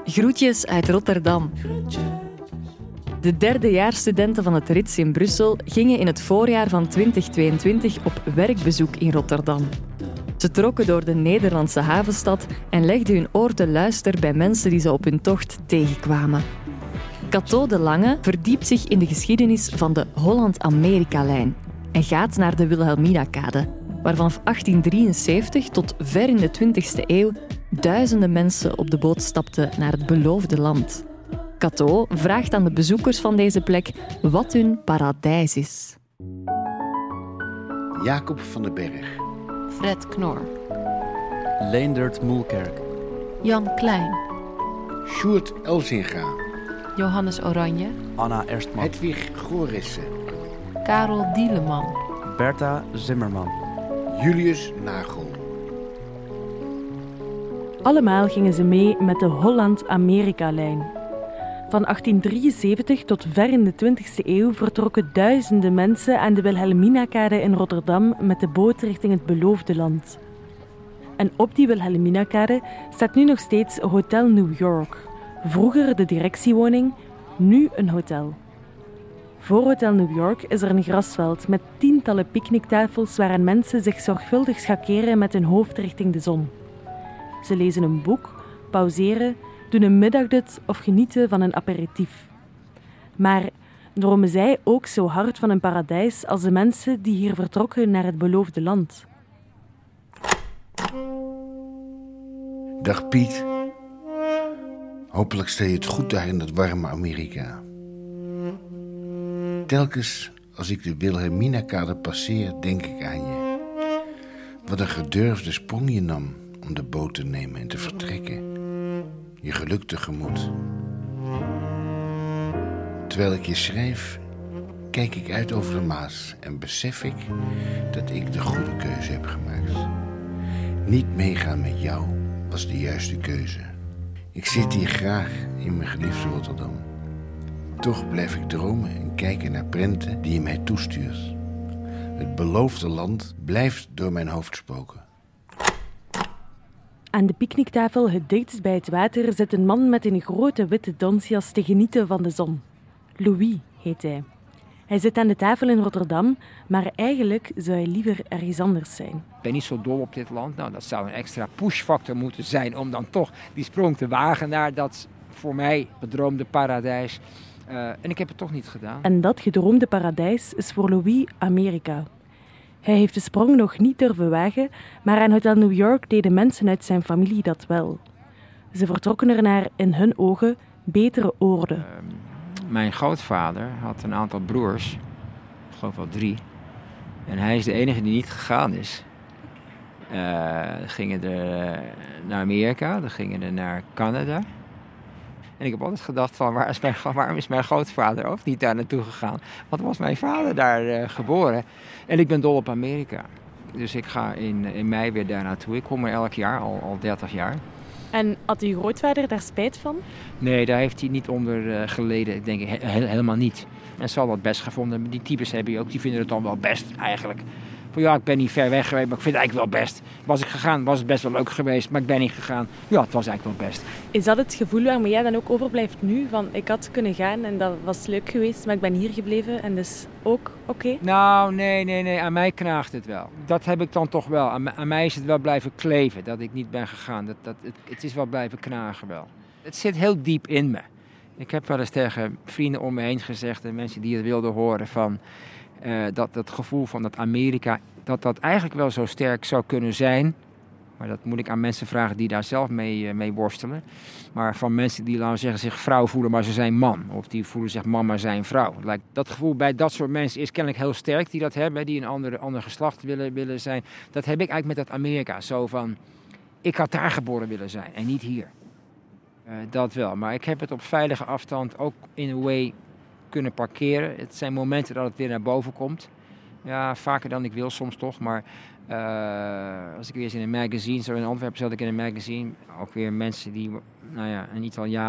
Groetjes uit Rotterdam. De derdejaarsstudenten van het RITS in Brussel gingen in het voorjaar van 2022 op werkbezoek in Rotterdam. Ze trokken door de Nederlandse havenstad en legden hun oor te luisteren bij mensen die ze op hun tocht tegenkwamen. Cato de Lange verdiept zich in de geschiedenis van de Holland-Amerika-lijn en gaat naar de Wilhelminakade, waar vanaf 1873 tot ver in de 20e eeuw duizenden mensen op de boot stapten naar het beloofde land. Cato vraagt aan de bezoekers van deze plek wat hun paradijs is. Jacob van den Berg. Fred Knor. Leendert Moelkerk. Jan Klein. Sjoerd Elzinga. Johannes Oranje. Anna Erstman. Hedwig Gorissen. Karel Dieleman. Bertha Zimmerman. Julius Nagel. Allemaal gingen ze mee met de Holland-Amerika-lijn. Van 1873 tot ver in de 20e eeuw vertrokken duizenden mensen aan de Wilhelminakade in Rotterdam met de boot richting het beloofde land. En op die Wilhelminakade staat nu nog steeds Hotel New York. Vroeger de directiewoning, nu een hotel. Voor Hotel New York is er een grasveld met tientallen picknicktafels waaraan mensen zich zorgvuldig schakeren met hun hoofd richting de zon. Ze lezen een boek, pauzeren, doen een middagdut of genieten van een aperitief. Maar dromen zij ook zo hard van een paradijs als de mensen die hier vertrokken naar het beloofde land? Dag Piet. Hopelijk stel je het goed daar in dat warme Amerika. Telkens als ik de Wilhelminakade passeer, denk ik aan je. Wat een gedurfde sprong je nam om de boot te nemen en te vertrekken. Je geluk tegemoet. Terwijl ik je schrijf, kijk ik uit over de Maas en besef ik dat ik de goede keuze heb gemaakt. Niet meegaan met jou was de juiste keuze. Ik zit hier graag in mijn geliefde Rotterdam. Toch blijf ik dromen en kijken naar prenten die je mij toestuurt. Het beloofde land blijft door mijn hoofd spoken. Aan de picknicktafel het dichtst bij het water zit een man met een grote witte donsjas te genieten van de zon. Louis heet hij. Hij zit aan de tafel in Rotterdam, maar eigenlijk zou hij liever ergens anders zijn. Ik ben niet zo dol op dit land. Nou, dat zou een extra pushfactor moeten zijn om dan toch die sprong te wagen naar dat voor mij gedroomde paradijs. En ik heb het toch niet gedaan. En dat gedroomde paradijs is voor Louis Amerika. Hij heeft de sprong nog niet durven wagen, maar aan Hotel New York deden mensen uit zijn familie dat wel. Ze vertrokken er naar, in hun ogen, betere oorden. Mijn grootvader had een aantal broers, ik geloof wel 3. En hij is de enige die niet gegaan is. Gingen er naar Amerika, dan gingen er naar Canada. En ik heb altijd gedacht van, waarom is mijn grootvader ook niet daar naartoe gegaan? Want was mijn vader daar geboren. En ik ben dol op Amerika. Dus ik ga in mei weer daar naartoe. Ik kom er elk jaar, al 30 jaar. En had uw grootvader daar spijt van? Nee, daar heeft hij niet onder geleden. Ik denk helemaal niet. En ze hadden het best gevonden. Die types heb je ook, die vinden het dan wel best eigenlijk. Van ja, ik ben niet ver weg geweest, maar ik vind het eigenlijk wel best. Was ik gegaan, was het best wel leuk geweest, maar ik ben niet gegaan. Ja, het was eigenlijk wel best. Is dat het gevoel waarmee jij dan ook overblijft nu? Van ik had kunnen gaan en dat was leuk geweest, maar ik ben hier gebleven en dus ook oké? Nou, nee. Aan mij knaagt het wel. Dat heb ik dan toch wel. Aan mij is het wel blijven kleven dat ik niet ben gegaan. Het is wel blijven knagen wel. Het zit heel diep in me. Ik heb wel eens tegen vrienden om me heen gezegd en mensen die het wilden horen van... dat gevoel van dat Amerika, dat eigenlijk wel zo sterk zou kunnen zijn. Maar dat moet ik aan mensen vragen die daar zelf mee worstelen. Maar van mensen die, laten we zeggen, zich vrouw voelen, maar ze zijn man. Of die voelen zich man, maar zijn vrouw. Dat gevoel bij dat soort mensen is kennelijk heel sterk, die dat hebben. Die een ander geslacht willen zijn. Dat heb ik eigenlijk met dat Amerika. Zo van, ik had daar geboren willen zijn en niet hier. Dat wel. Maar ik heb het op veilige afstand ook in een way kunnen parkeren. Het zijn momenten dat het weer naar boven komt. Ja, vaker dan ik wil soms toch. Maar als ik weer eens in een magazine, zo in Antwerpen zat ik in een magazine. Ook weer mensen die, een Italiaan,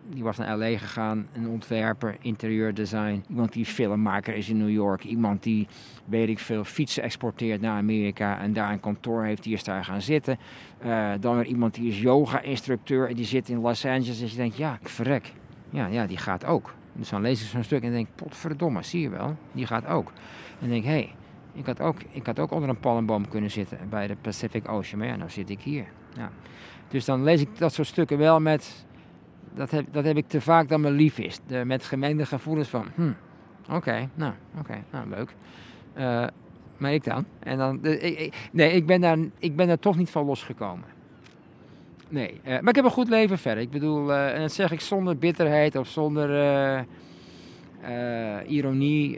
Die was naar L.A. gegaan, een ontwerper, interieurdesign. Iemand die filmmaker is in New York. Iemand die, weet ik veel, fietsen exporteert naar Amerika en daar een kantoor heeft, die is daar gaan zitten. Dan weer iemand die is yoga-instructeur en die zit in Los Angeles. En je denkt, ja, verrek. Ja, die gaat ook. Dus dan lees ik zo'n stuk en denk, potverdomme, zie je wel, die gaat ook. En denk, hé, ik had ook onder een palmboom kunnen zitten bij de Pacific Ocean. Maar ja, nou zit ik hier. Ja. Dus dan lees ik dat soort stukken wel met... Dat heb ik te vaak dan me lief is. Met gemengde gevoelens van... Oké, leuk. Maar ik dan? En dan ik ben daar toch niet van losgekomen. Nee, maar ik heb een goed leven verder. Ik bedoel, en dat zeg ik zonder bitterheid of zonder ironie.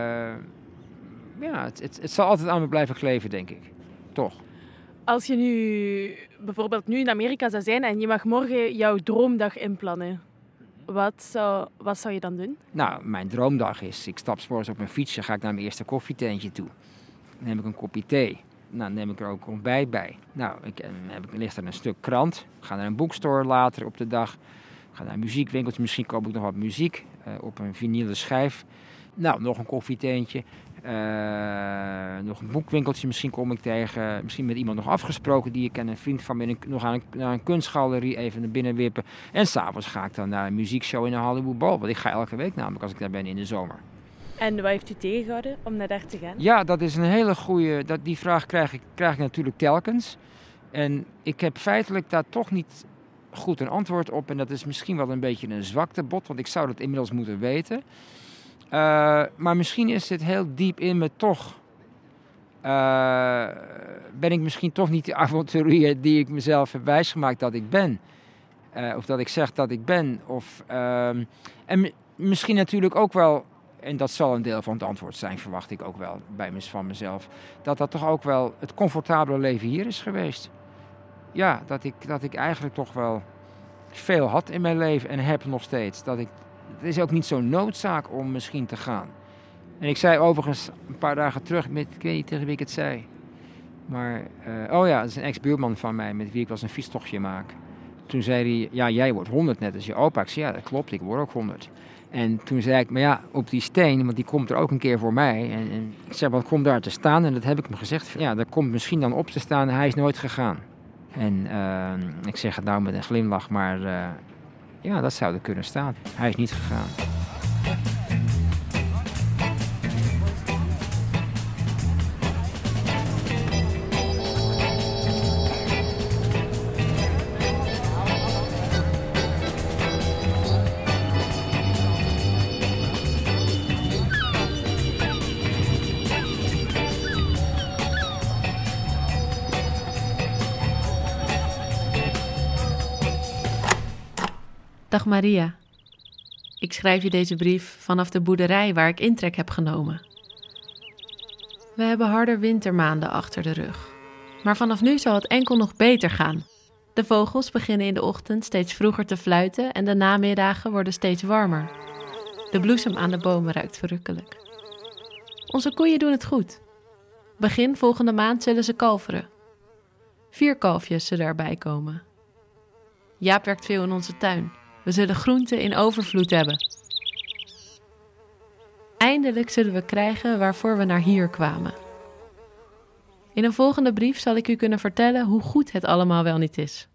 Het zal altijd aan me blijven kleven, denk ik. Toch. Als je nu bijvoorbeeld in Amerika zou zijn en je mag morgen jouw droomdag inplannen, wat zou je dan doen? Nou, mijn droomdag is, ik stap 's morgens op mijn fietsje, ga ik naar mijn eerste koffietentje toe. Dan neem ik een kopje thee. Nou, dan neem ik er ook ontbijt bij. Nou, ligt er een stuk krant. Ga naar een boekstore later op de dag. Ga naar een muziekwinkeltje. Misschien koop ik nog wat muziek op een vinylen schijf. Nou, nog een koffietentje. Nog een boekwinkeltje misschien kom ik tegen. Misschien met iemand nog afgesproken die ik ken. Een vriend van me nog naar een kunstgalerie even naar binnen wippen. En s'avonds ga ik dan naar een muziekshow in de Hollywood Bowl. Want ik ga elke week namelijk als ik daar ben in de zomer. En wat heeft u tegengehouden om naar daar te gaan? Ja, dat is een hele goede... Die vraag krijg ik natuurlijk telkens. En ik heb feitelijk daar toch niet goed een antwoord op. En dat is misschien wel een beetje een zwaktebod. Want ik zou dat inmiddels moeten weten. Maar misschien is het heel diep in me toch... ben ik misschien toch niet de avonturier die ik mezelf heb wijsgemaakt dat ik ben. Of dat ik zeg dat ik ben. En misschien natuurlijk ook wel... En dat zal een deel van het antwoord zijn, verwacht ik ook wel van mezelf. Dat toch ook wel het comfortabele leven hier is geweest. Ja, dat ik eigenlijk toch wel veel had in mijn leven en heb nog steeds. Het is ook niet zo'n noodzaak om misschien te gaan. En ik zei overigens een paar dagen terug, ik weet niet tegen wie ik het zei. Maar, dat is een ex-buurman van mij met wie ik wel eens een fietstochtje maak. Toen zei hij, ja, jij wordt 100 net als je opa. Ik zei, ja, dat klopt, ik word ook 100. En toen zei ik, maar ja, op die steen, want die komt er ook een keer voor mij. En ik zei, wat komt daar te staan? En dat heb ik hem gezegd. Ja, daar komt misschien dan op te staan, hij is nooit gegaan. En ik zeg het nou met een glimlach, maar dat zou er kunnen staan. Hij is niet gegaan. Dag Maria. Ik schrijf je deze brief vanaf de boerderij waar ik intrek heb genomen. We hebben harde wintermaanden achter de rug. Maar vanaf nu zal het enkel nog beter gaan. De vogels beginnen in de ochtend steeds vroeger te fluiten en de namiddagen worden steeds warmer. De bloesem aan de bomen ruikt verrukkelijk. Onze koeien doen het goed. Begin volgende maand zullen ze kalveren. 4 kalfjes zullen erbij komen. Jaap werkt veel in onze tuin. We zullen groenten in overvloed hebben. Eindelijk zullen we krijgen waarvoor we naar hier kwamen. In een volgende brief zal ik u kunnen vertellen hoe goed het allemaal wel niet is.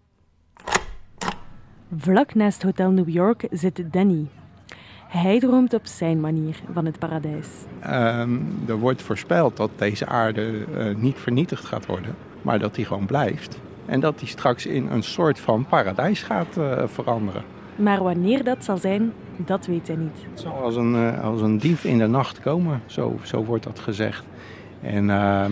Vlak naast Hotel New York zit Danny. Hij droomt op zijn manier van het paradijs. Er wordt voorspeld dat deze aarde niet vernietigd gaat worden, maar dat die gewoon blijft. En dat die straks in een soort van paradijs gaat veranderen. Maar wanneer dat zal zijn, dat weet hij niet. Het zal als een dief in de nacht komen, zo wordt dat gezegd. En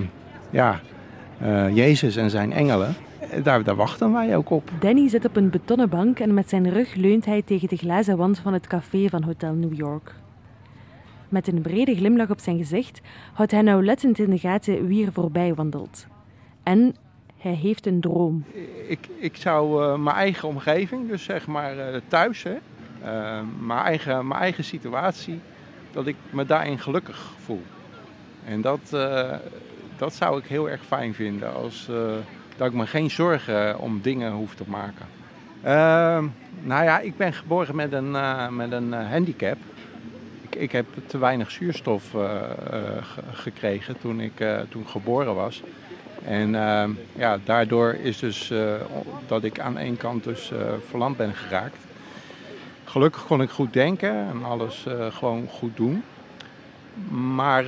Jezus en zijn engelen, daar wachten wij ook op. Danny zit op een betonnen bank en met zijn rug leunt hij tegen de glazen wand van het café van Hotel New York. Met een brede glimlach op zijn gezicht houdt hij nauwlettend in de gaten wie er voorbij wandelt. En hij heeft een droom. Ik zou mijn eigen omgeving, dus zeg maar thuis, mijn eigen situatie, dat ik me daarin gelukkig voel. En dat zou ik heel erg fijn vinden, dat ik me geen zorgen om dingen hoef te maken. Nou ja, ik ben geboren met een handicap. Ik heb te weinig zuurstof gekregen toen ik geboren was. En daardoor is dus dat ik aan één kant dus verlamd ben geraakt. Gelukkig kon ik goed denken en alles gewoon goed doen. Maar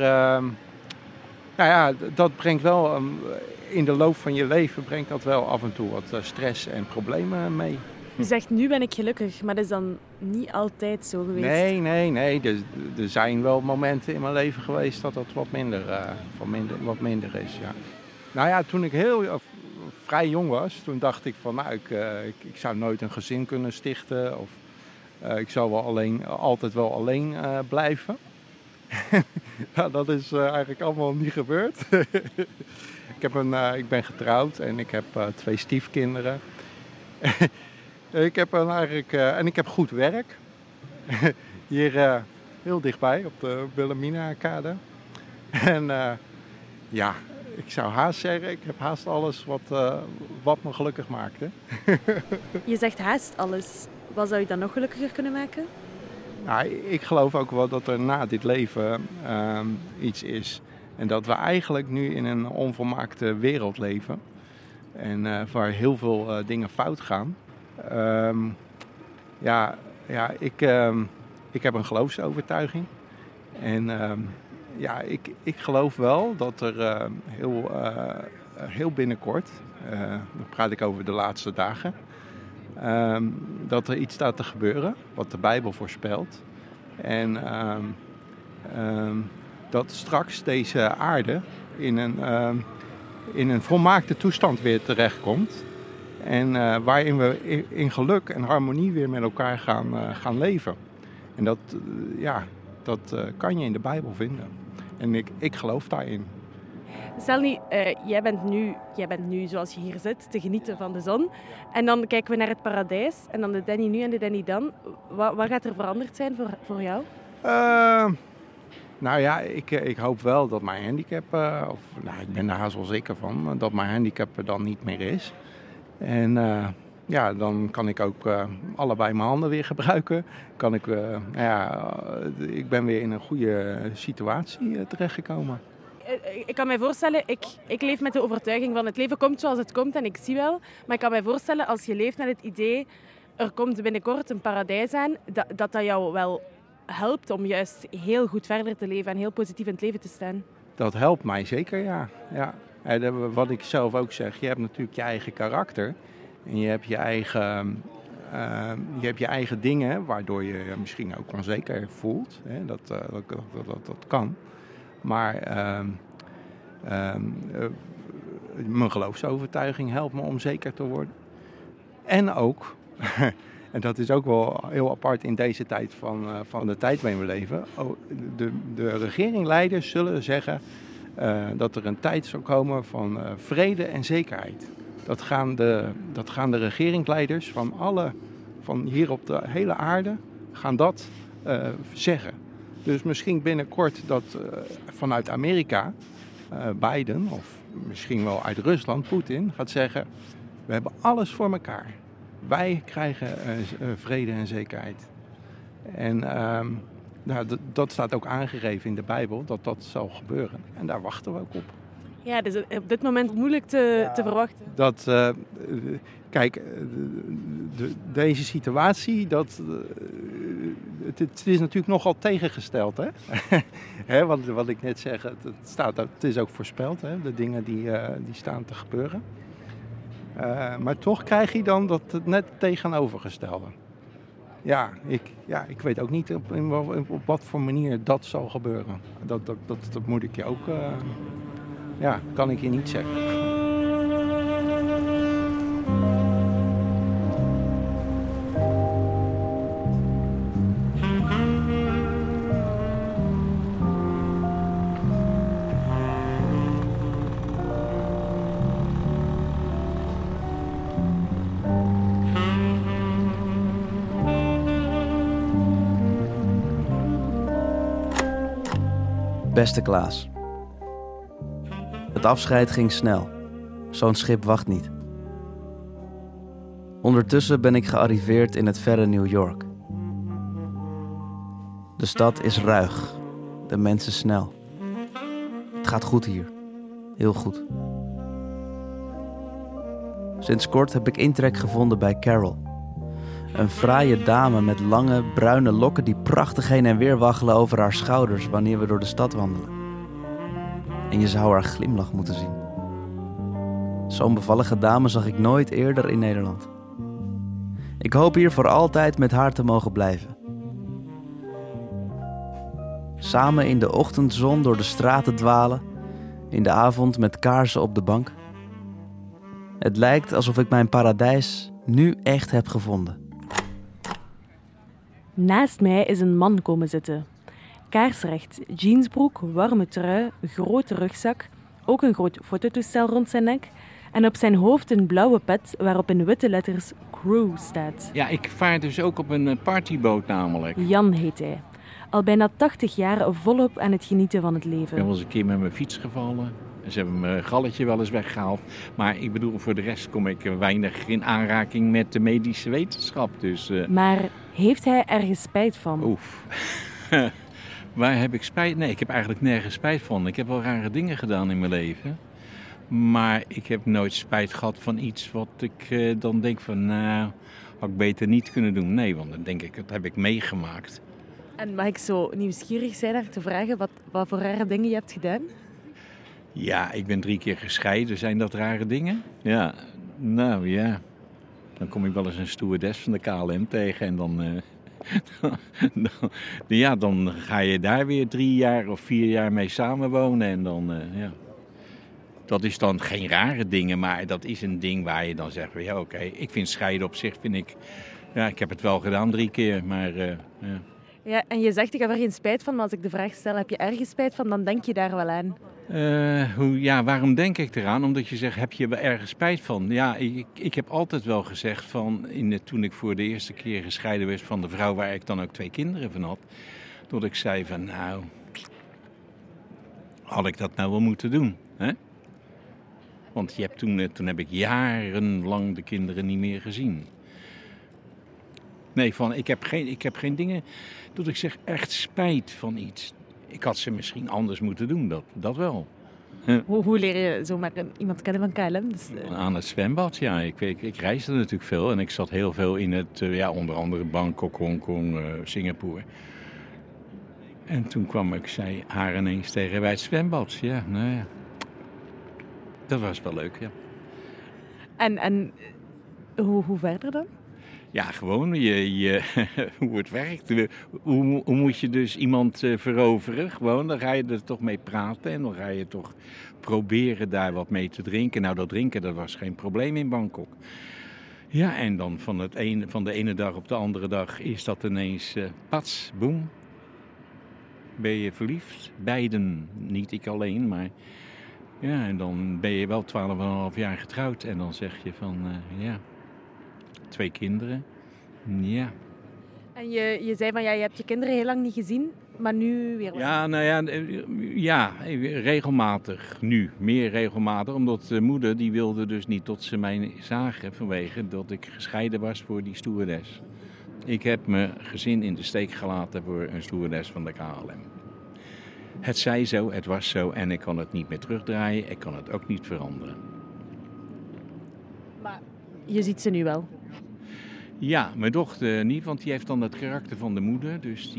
dat brengt wel, in de loop van je leven brengt dat wel af en toe wat stress en problemen mee. Je zegt, nu ben ik gelukkig, maar dat is dan niet altijd zo geweest? Nee. Er zijn wel momenten in mijn leven geweest dat dat wat minder is, ja. Nou ja, toen ik vrij jong was, toen dacht ik van, ik zou nooit een gezin kunnen stichten. Of ik zou altijd wel alleen blijven. Dat is eigenlijk allemaal niet gebeurd. Ik ben getrouwd en ik heb 2 stiefkinderen. Ik heb goed werk. Hier heel dichtbij op de Wilhelmina-kade. En ik zou haast zeggen, ik heb haast alles wat me gelukkig maakte. Je zegt haast alles. Wat zou je dan nog gelukkiger kunnen maken? Nou, ik geloof ook wel dat er na dit leven iets is. En dat we eigenlijk nu in een onvolmaakte wereld leven. En waar heel veel dingen fout gaan. Ik heb een geloofsovertuiging. En ik geloof wel dat er heel binnenkort, dan praat ik over de laatste dagen, dat er iets staat te gebeuren, wat de Bijbel voorspelt. En dat straks deze aarde in een volmaakte toestand weer terechtkomt. En waarin we in geluk en harmonie weer met elkaar gaan leven. En dat kan je in de Bijbel vinden. En ik geloof daarin. Stel nu, jij bent nu zoals je hier zit te genieten van de zon. En dan kijken we naar het paradijs. En dan de Danny nu en de Danny dan. Wat gaat er veranderd zijn voor jou? Ik hoop wel dat mijn handicap... ik ben daar haast wel zeker van. Dat mijn handicap er dan niet meer is. En dan kan ik ook allebei mijn handen weer gebruiken. Ik ben weer in een goede situatie terechtgekomen. Ik kan mij voorstellen, ik leef met de overtuiging van het leven komt zoals het komt en ik zie wel. Maar ik kan mij voorstellen, als je leeft met het idee, er komt binnenkort een paradijs aan, dat jou wel helpt om juist heel goed verder te leven en heel positief in het leven te staan. Dat helpt mij zeker, ja. Wat ik zelf ook zeg, je hebt natuurlijk je eigen karakter. En je hebt je eigen dingen, waardoor je je misschien ook onzeker voelt. Hè? Dat kan. Maar mijn geloofsovertuiging helpt me om zeker te worden. En ook, en dat is ook wel heel apart in deze tijd van de tijd waarin we leven. De regeringleiders zullen zeggen dat er een tijd zal komen van vrede en zekerheid. Dat gaan de regeringsleiders van hier op de hele aarde gaan dat zeggen. Dus misschien binnenkort dat vanuit Amerika, Biden, of misschien wel uit Rusland, Poetin, gaat zeggen: we hebben alles voor elkaar. Wij krijgen vrede en zekerheid. En dat staat ook aangegeven in de Bijbel, dat zal gebeuren. En daar wachten we ook op. Ja, dus op dit moment moeilijk te verwachten. Deze situatie, het is natuurlijk nogal tegengesteld. Hè? Wat ik net zeg, het is ook voorspeld, hè? De dingen die staan te gebeuren. Maar toch krijg je dan het net tegenovergestelde. Ik weet ook niet op wat voor manier dat zal gebeuren. Dat moet ik je ook... kan ik je niet zeggen. Beste Klaas. Het afscheid ging snel. Zo'n schip wacht niet. Ondertussen ben ik gearriveerd in het verre New York. De stad is ruig, de mensen snel. Het gaat goed hier, heel goed. Sinds kort heb ik intrek gevonden bij Carol. Een fraaie dame met lange, bruine lokken die prachtig heen en weer waggelen over haar schouders wanneer we door de stad wandelen. En je zou haar glimlach moeten zien. Zo'n bevallige dame zag ik nooit eerder in Nederland. Ik hoop hier voor altijd met haar te mogen blijven. Samen in de ochtendzon door de straten dwalen, in de avond met kaarsen op de bank. Het lijkt alsof ik mijn paradijs nu echt heb gevonden. Naast mij is een man komen zitten. Kaarsrecht, jeansbroek, warme trui, grote rugzak, ook een groot fototoestel rond zijn nek en op zijn hoofd een blauwe pet waarop in witte letters Crew staat. Ja, ik vaar dus ook op een partyboot namelijk. Jan heet hij. Al bijna 80 jaar volop aan het genieten van het Ik leven. ben wel eens een keer met mijn fiets gevallen. Ze hebben mijn galletje wel eens weggehaald. Maar ik bedoel, voor de rest kom ik weinig in aanraking met de medische wetenschap. Dus, Maar heeft hij ergens spijt van? Oef. Waar heb ik spijt? Nee, ik heb eigenlijk nergens spijt van. Ik heb wel rare dingen gedaan in mijn leven. Maar ik heb nooit spijt gehad van iets wat ik dan denk van... Nou, had ik beter niet kunnen doen. Nee, want dan denk ik, dat heb ik meegemaakt. En mag ik zo nieuwsgierig zijn naar te vragen wat voor rare dingen je hebt gedaan? Ja, ik ben 3 keer gescheiden. Zijn dat rare dingen? Ja, nou ja. Dan kom ik wel eens een stewardess van de KLM tegen en dan ga je daar weer 3 jaar of 4 jaar mee samenwonen. En dan, ja. Dat is dan geen rare dingen, maar dat is een ding waar je dan zegt, ja oké, ik vind scheiden op zich, ja, ik heb het wel gedaan 3 keer, maar ja. Ja, en je zegt, ik heb er geen spijt van, maar als ik de vraag stel, heb je ergens spijt van, dan denk je daar wel aan. Waarom denk ik eraan? Omdat je zegt, heb je er ergens spijt van? Ja, ik heb altijd wel gezegd, toen ik voor de eerste keer gescheiden werd van de vrouw waar ik dan ook 2 kinderen van had, dat ik zei van, nou, had ik dat nou wel moeten doen? Hè? Want toen heb ik jarenlang de kinderen niet meer gezien. Nee, ik heb geen dingen dat ik zeg echt spijt van iets. Ik had ze misschien anders moeten doen, dat wel. Hoe leer je zomaar iemand kennen van KLM? Dus, Aan het zwembad, ja. Ik reisde natuurlijk veel en ik zat heel veel in het, onder andere Bangkok, Hongkong, Singapore. En toen kwam ik haar ineens tegen bij het zwembad. Ja, nou ja. Dat was wel leuk, ja. En hoe verder dan? Ja, gewoon hoe het werkt. Hoe moet je dus iemand veroveren? Gewoon, dan ga je er toch mee praten en dan ga je toch proberen daar wat mee te drinken. Nou, dat drinken, dat was geen probleem in Bangkok. Ja, en dan van de ene dag op de andere dag is dat ineens pats, boem. Ben je verliefd? Beiden, niet ik alleen, maar... Ja, en dan ben je wel 12,5 jaar getrouwd en dan zeg je van, 2 kinderen, ja. En je zei van, je hebt je kinderen heel lang niet gezien, maar nu weer wel. Ja, nou ja, regelmatig nu, meer regelmatig. Omdat de moeder, die wilde dus niet tot ze mij zagen vanwege dat ik gescheiden was voor die stewardess. Ik heb mijn gezin in de steek gelaten voor een stewardess van de KLM. Het zij zo, het was zo en ik kan het niet meer terugdraaien. Ik kan het ook niet veranderen. Maar je ziet ze nu wel? Ja, mijn dochter niet, want die heeft dan het karakter van de moeder. Dus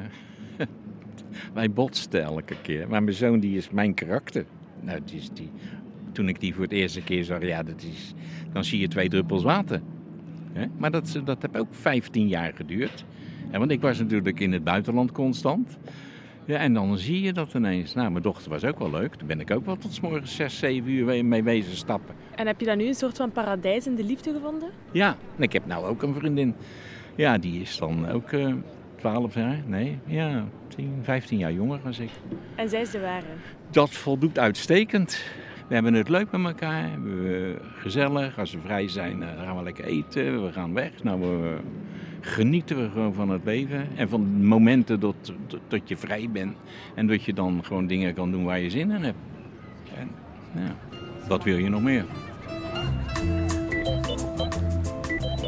wij botsten elke keer. Maar mijn zoon, die is mijn karakter. Nou, toen ik die voor het eerste keer zag, dan zie je 2 druppels water. Maar dat heeft ook 15 jaar geduurd. Want ik was natuurlijk in het buitenland constant. Ja, en dan zie je dat ineens. Nou, mijn dochter was ook wel leuk. Daar ben ik ook wel tot 's morgens 6, 7 uur mee wezen stappen. En heb je dan nu een soort van paradijs in de liefde gevonden? Ja, en ik heb nou ook een vriendin. Ja, die is dan ook 12 jaar. Nee, ja, 15 jaar jonger dan ik. En zij is de ware? Dat voldoet uitstekend. We hebben het leuk met elkaar. We gezellig. Als we vrij zijn, dan gaan we lekker eten. We gaan weg. Nou, we genieten we gewoon van het leven. En van de momenten dat je vrij bent. En dat je dan gewoon dingen kan doen waar je zin in hebt. En ja, wat wil je nog meer?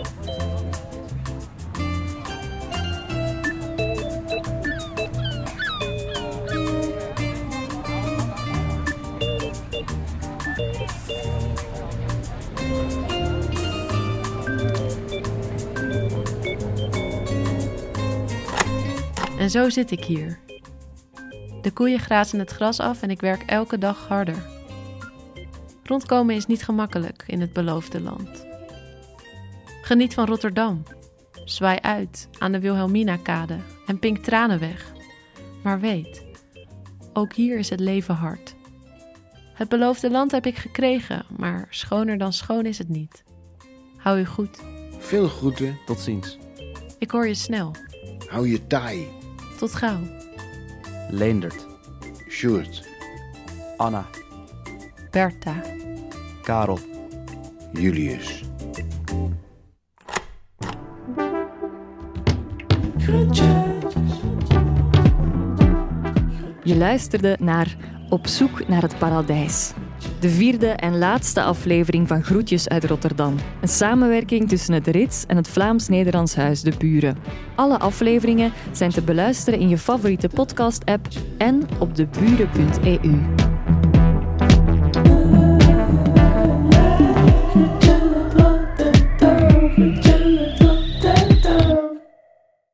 En zo zit ik hier. De koeien grazen het gras af en ik werk elke dag harder. Rondkomen is niet gemakkelijk in het beloofde land. Geniet van Rotterdam. Zwaai uit aan de Wilhelminakade en pink tranen weg. Maar weet, ook hier is het leven hard. Het beloofde land heb ik gekregen, maar schoner dan schoon is het niet. Hou u goed. Veel groeten. Tot ziens. Ik hoor je snel. Hou je taai. Tot gauw. Leendert. Sjoerd. Anna. Bertha. Karel. Julius. Je luisterde naar Op zoek naar het paradijs. De 4e en laatste aflevering van Groetjes uit Rotterdam. Een samenwerking tussen het Rits en het Vlaams-Nederlands Huis De Buren. Alle afleveringen zijn te beluisteren in je favoriete podcast-app en op deburen.eu.